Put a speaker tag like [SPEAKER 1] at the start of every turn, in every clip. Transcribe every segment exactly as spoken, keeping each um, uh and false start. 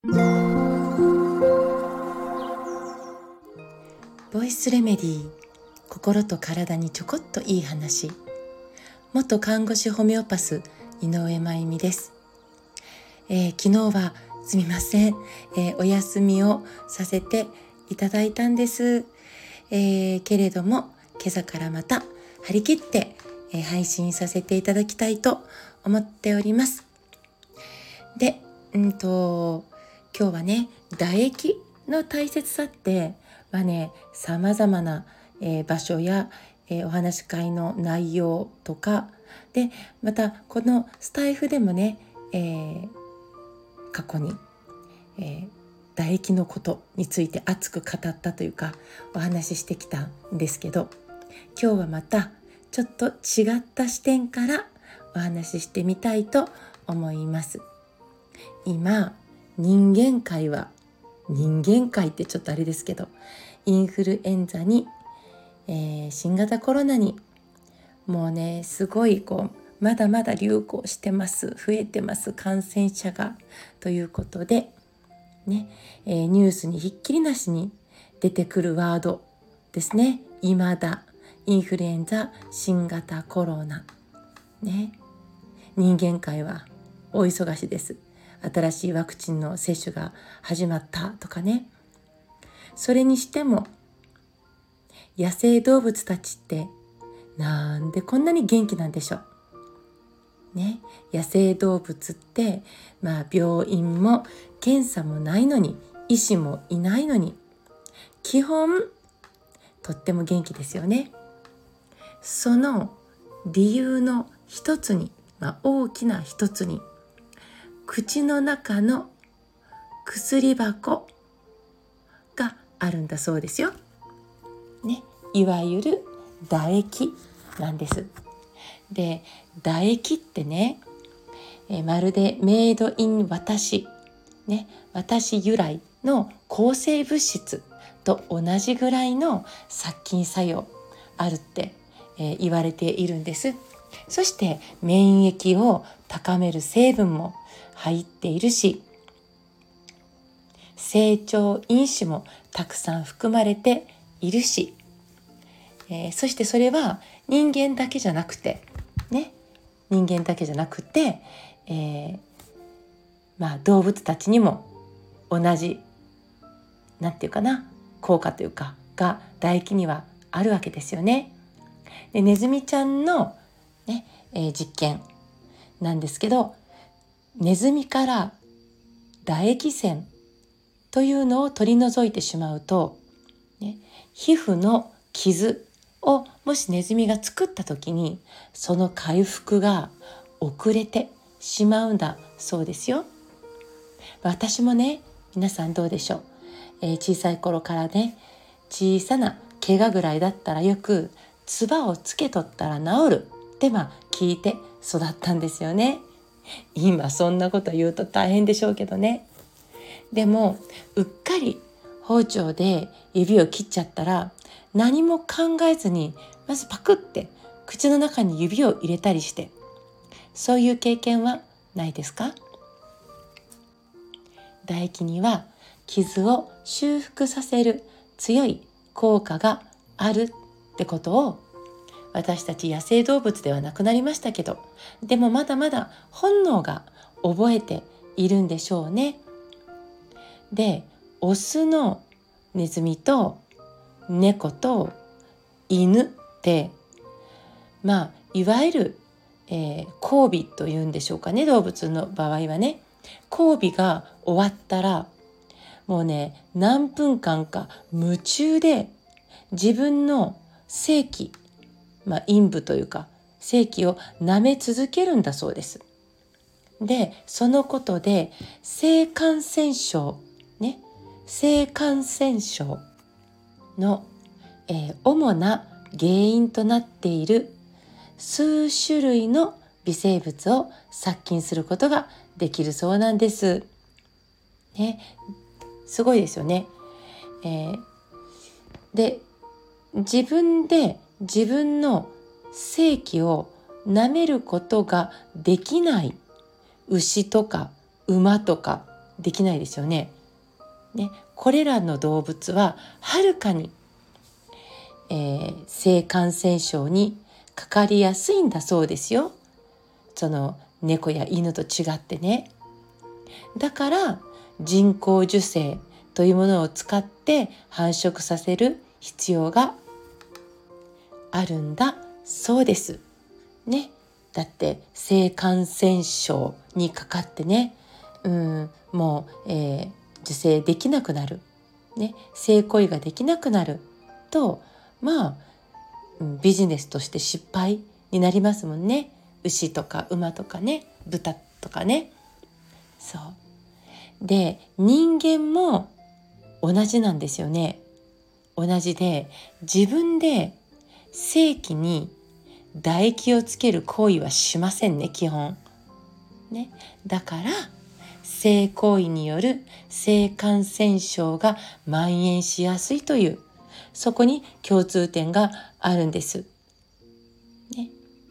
[SPEAKER 1] ボイスレメディー、心と体にちょこっといい話。元看護師ホメオパス井上真由美です。えー、昨日はすみません、えー、お休みをさせていただいたんです、えー、けれども今朝からまた張り切って、えー、配信させていただきたいと思っております。で、うんと今日はね、唾液の大切さってはね、様々な、えー、場所や、えー、お話し会の内容とかで、またこのスタイフでもね、えー、過去に、えー、唾液のことについて熱く語ったというかお話ししてきたんですけど、今日はまたちょっと違った視点からお話ししてみたいと思います。今人間界は人間界ってちょっとあれですけど、インフルエンザに、えー、新型コロナにもうね、すごいこうまだまだ流行してます、増えてます、感染者がということでね、えー、ニュースにひっきりなしに出てくるワードですね。未だインフルエンザ、新型コロナね、人間界は大忙しです。新しいワクチンの接種が始まったとかね。それにしても野生動物たちってなんでこんなに元気なんでしょうね。野生動物って、まあ、病院も検査もないのに、医師もいないのに、基本とっても元気ですよね。その理由の一つに、まあ、大きな一つに口の中の薬箱があるんだそうですよ、ね、いわゆる唾液なんです。で、唾液ってね、えまるでメイドイン私、ね、私由来の抗生物質と同じぐらいの殺菌作用あるって、えー、言われているんです。そして免疫を高める成分も入っているし、成長因子もたくさん含まれているし、えー、そしてそれは人間だけじゃなくてね、人間だけじゃなくて、えー、まあ動物たちにも同じなんていうかな、効果というかが唾液にはあるわけですよね。で、ネズミちゃんの、ねえー、実験なんですけど、ネズミから唾液腺というのを取り除いてしまうと、ね、皮膚の傷をもしネズミが作った時にその回復が遅れてしまうんだそうですよ。私もね、皆さんどうでしょう、えー、小さい頃からね、小さな怪我ぐらいだったらよく唾をつけとったら治るってまあ聞いて育ったんですよね。今そんなこと言うと大変でしょうけどね。でもうっかり包丁で指を切っちゃったら何も考えずにまずパクって口の中に指を入れたりして、そういう経験はないですか？唾液には傷を修復させる強い効果があるってことを、私たち野生動物ではなくなりましたけど、でもまだまだ本能が覚えているんでしょうね。で、オスのネズミと猫と犬ってまあいわゆる、えー、交尾というんでしょうかね、動物の場合はね。交尾が終わったらもうね、何分間か夢中で自分の性器、まあ、陰部というか性器を舐め続けるんだそうです。で、そのことで性感染症ね、性感染症の、えー、主な原因となっている数種類の微生物を殺菌することができるそうなんです。ね、すごいですよね。えー、で、自分で自分の性器を舐めることができない牛とか馬とかできないですよね。ね、これらの動物ははるかに、えー、性感染症にかかりやすいんだそうですよ。その猫や犬と違ってね。だから人工授精というものを使って繁殖させる必要があるんだそうですね。だって性感染症にかかってね、うん、もう、えー、受精できなくなる、ね、性行為ができなくなると、まあ、うん、ビジネスとして失敗になりますもんね。牛とか馬とかね、豚とかね。そうで、人間も同じなんですよね。同じで、自分で性器に唾液をつける行為はしませんね、基本ね。だから性行為による性感染症が蔓延しやすいという、そこに共通点があるんです、ね。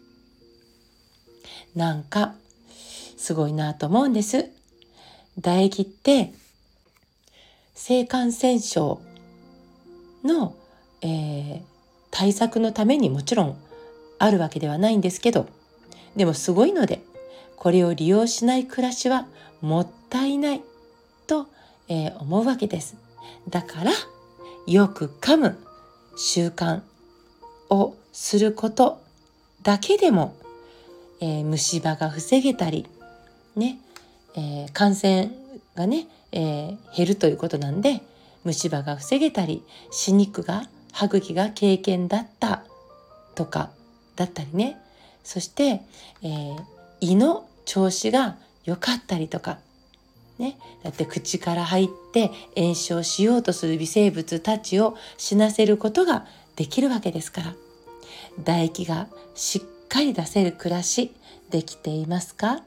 [SPEAKER 1] なんかすごいなと思うんです。唾液って性感染症の、えー、対策のためにもちろんあるわけではないんですけど、でもすごいので、これを利用しない暮らしはもったいないと、えー、思うわけです。だからよく噛む習慣をすることだけでも、えー、虫歯が防げたりね、えー、感染がね、えー、減るということなんで、虫歯が防げたり、歯肉が歯茎が経験だったとかだったりね、そして、えー、胃の調子が良かったりとかね、だって口から入って炎症しようとする微生物たちを死なせることができるわけですから、唾液がしっかり出せる暮らしできていますか？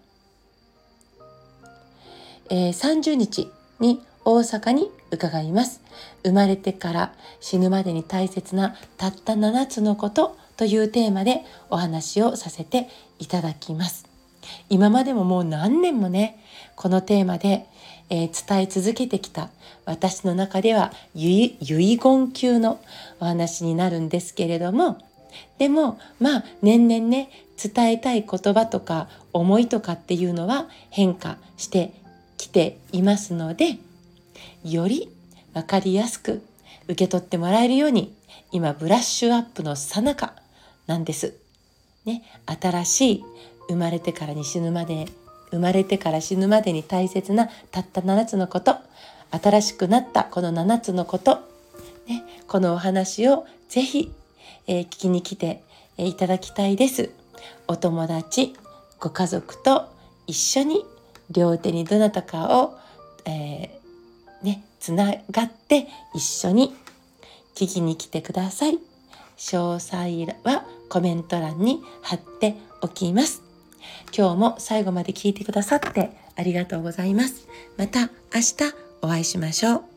[SPEAKER 1] えー、さんじゅうにちに大阪に伺います。生まれてから死ぬまでに大切なたったななつのことというテーマでお話をさせていただきます。今までももう何年もね、このテーマで、えー、伝え続けてきた、私の中では遺言級のお話になるんですけれども、でもまあ年々ね、伝えたい言葉とか思いとかっていうのは変化してきていますので、より分かりやすく受け取ってもらえるように、今ブラッシュアップの最中なんですね。新しい生まれてからに死ぬまで生まれてから死ぬまでに大切なたったななつのこと、新しくなったこのななつのこと、ね、このお話をぜひ、えー、聞きに来て、えー、いただきたいです。お友達、ご家族と一緒に両手にどなたかを、えーね、つながって一緒に聞きに来てください。詳細はコメント欄に貼っておきます。今日も最後まで聞いてくださってありがとうございます。また明日お会いしましょう。